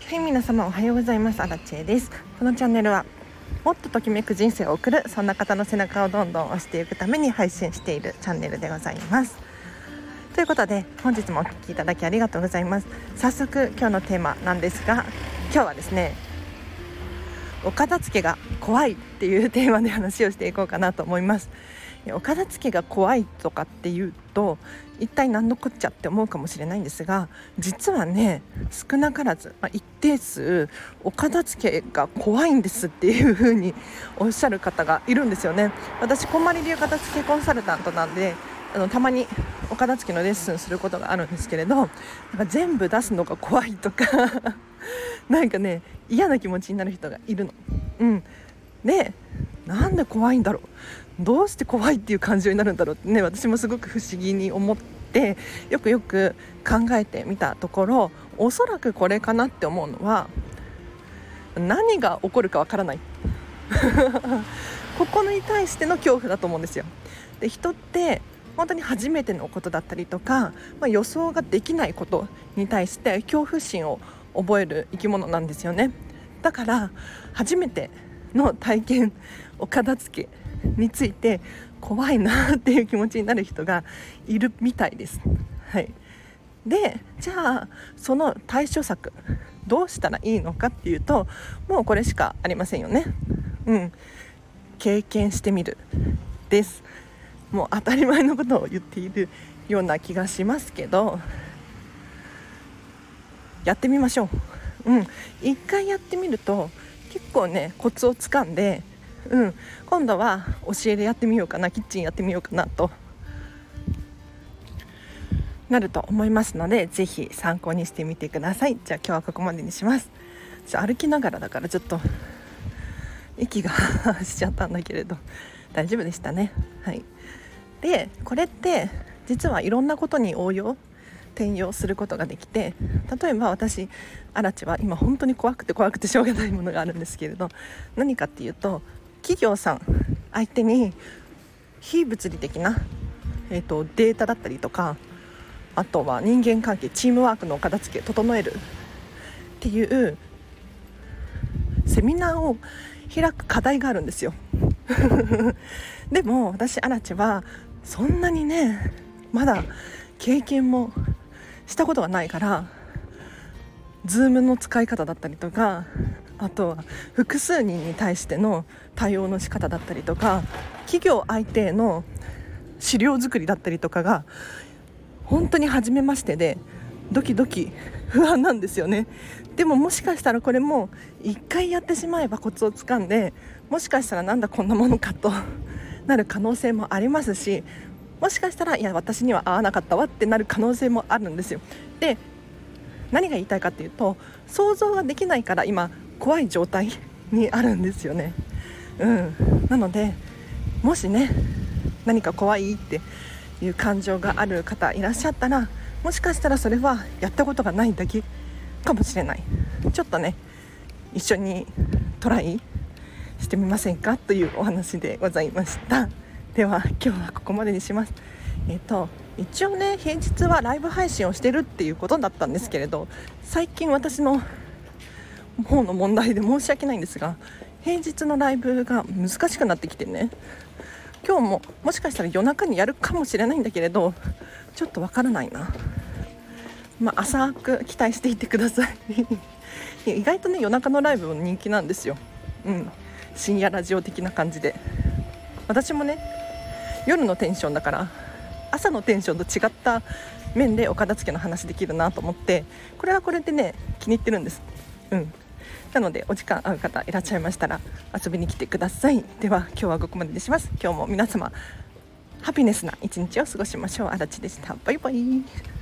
はい、皆様おはようございます。アラチェです。このチャンネルはもっとときめく人生を送る、そんな方の背中をどんどん押していくために配信しているチャンネルでございます。ということで本日もお聞きいただきありがとうございます。早速今日のテーマなんですが、今日はですね、お片付けが怖いっていうテーマで話をしていこうかなと思います。お片付けが怖いとかっていうと一体何のこっちゃって思うかもしれないんですが、実はね、少なからず、一定数お片付けが怖いんですっていう風におっしゃる方がいるんですよね。私こんまり流片付けコンサルタントなんで、たまにお片付けのレッスンすることがあるんですけれど、なんか全部出すのが怖いとかなんかね、嫌な気持ちになる人がいるの。で、なんで怖いんだろう、どうして怖いっていう感情になるんだろうってね、私もすごく不思議に思ってよく考えてみたところ、おそらくこれかなって思うのは、何が起こるかわからないここに対しての恐怖だと思うんですよ。で、人って本当に初めてのことだったりとか、予想ができないことに対して恐怖心を覚える生き物なんですよね。だから初めての体験、お片付けについて怖いなっていう気持ちになる人がいるみたいです。で、じゃあその対処策どうしたらいいのかっていうと、もうこれしかありませんよね。経験してみるです。もう当たり前のことを言っているような気がしますけど、やってみましょう。一回やってみると結構ね、コツをつかんで、今度は教えでやってみようかな、キッチンやってみようかなとなると思いますので、ぜひ参考にしてみてください。じゃあ今日はここまでにします。歩きながらだからちょっと息がしちゃったんだけれど大丈夫でしたね。で、これって実はいろんなことに応用転用することができて、例えば私アラチは今本当に怖くてしょうがないものがあるんですけれど、何かっていうと、企業さん相手に非物理的な、データだったりとか、あとは人間関係、チームワークの片付け整えるっていうセミナーを開く課題があるんですよでも私アラチはそんなにね、まだ経験もしたことがないから、ズームの使い方だったりとか、あとは複数人に対しての対応の仕方だったりとか、企業相手の資料作りだったりとかが本当に初めましてでドキドキ不安なんですよね。でももしかしたらこれも一回やってしまえばコツをつかんで、もしかしたらなんだこんなものかとなる可能性もありますし、もしかしたらいや私には合わなかったわってなる可能性もあるんですよ。で、何が言いたいかっていうと、想像ができないから今怖い状態にあるんですよね。なので、もしね、何か怖いっていう感情がある方いらっしゃったら、もしかしたらそれはやったことがないだけかもしれない。ちょっとね、一緒にトライしてみませんかというお話でございました。では今日はここまでにします。一応ね、平日はライブ配信をしてるっていうことだったんですけれど、最近私の方の問題で申し訳ないんですが、平日のライブが難しくなってきてね、今日ももしかしたら夜中にやるかもしれないんだけれど、ちょっとわからないな。浅く期待していてください意外とね、夜中のライブも人気なんですよ。深夜ラジオ的な感じで、私もね、夜のテンションだから朝のテンションと違った面でお片付けの話できるなと思って、これはこれでね、気に入ってるんです。なのでお時間合う方いらっしゃいましたら遊びに来てください。では今日はここまでにします。今日も皆様ハピネスな一日を過ごしましょう。あらちでした。バイバイ。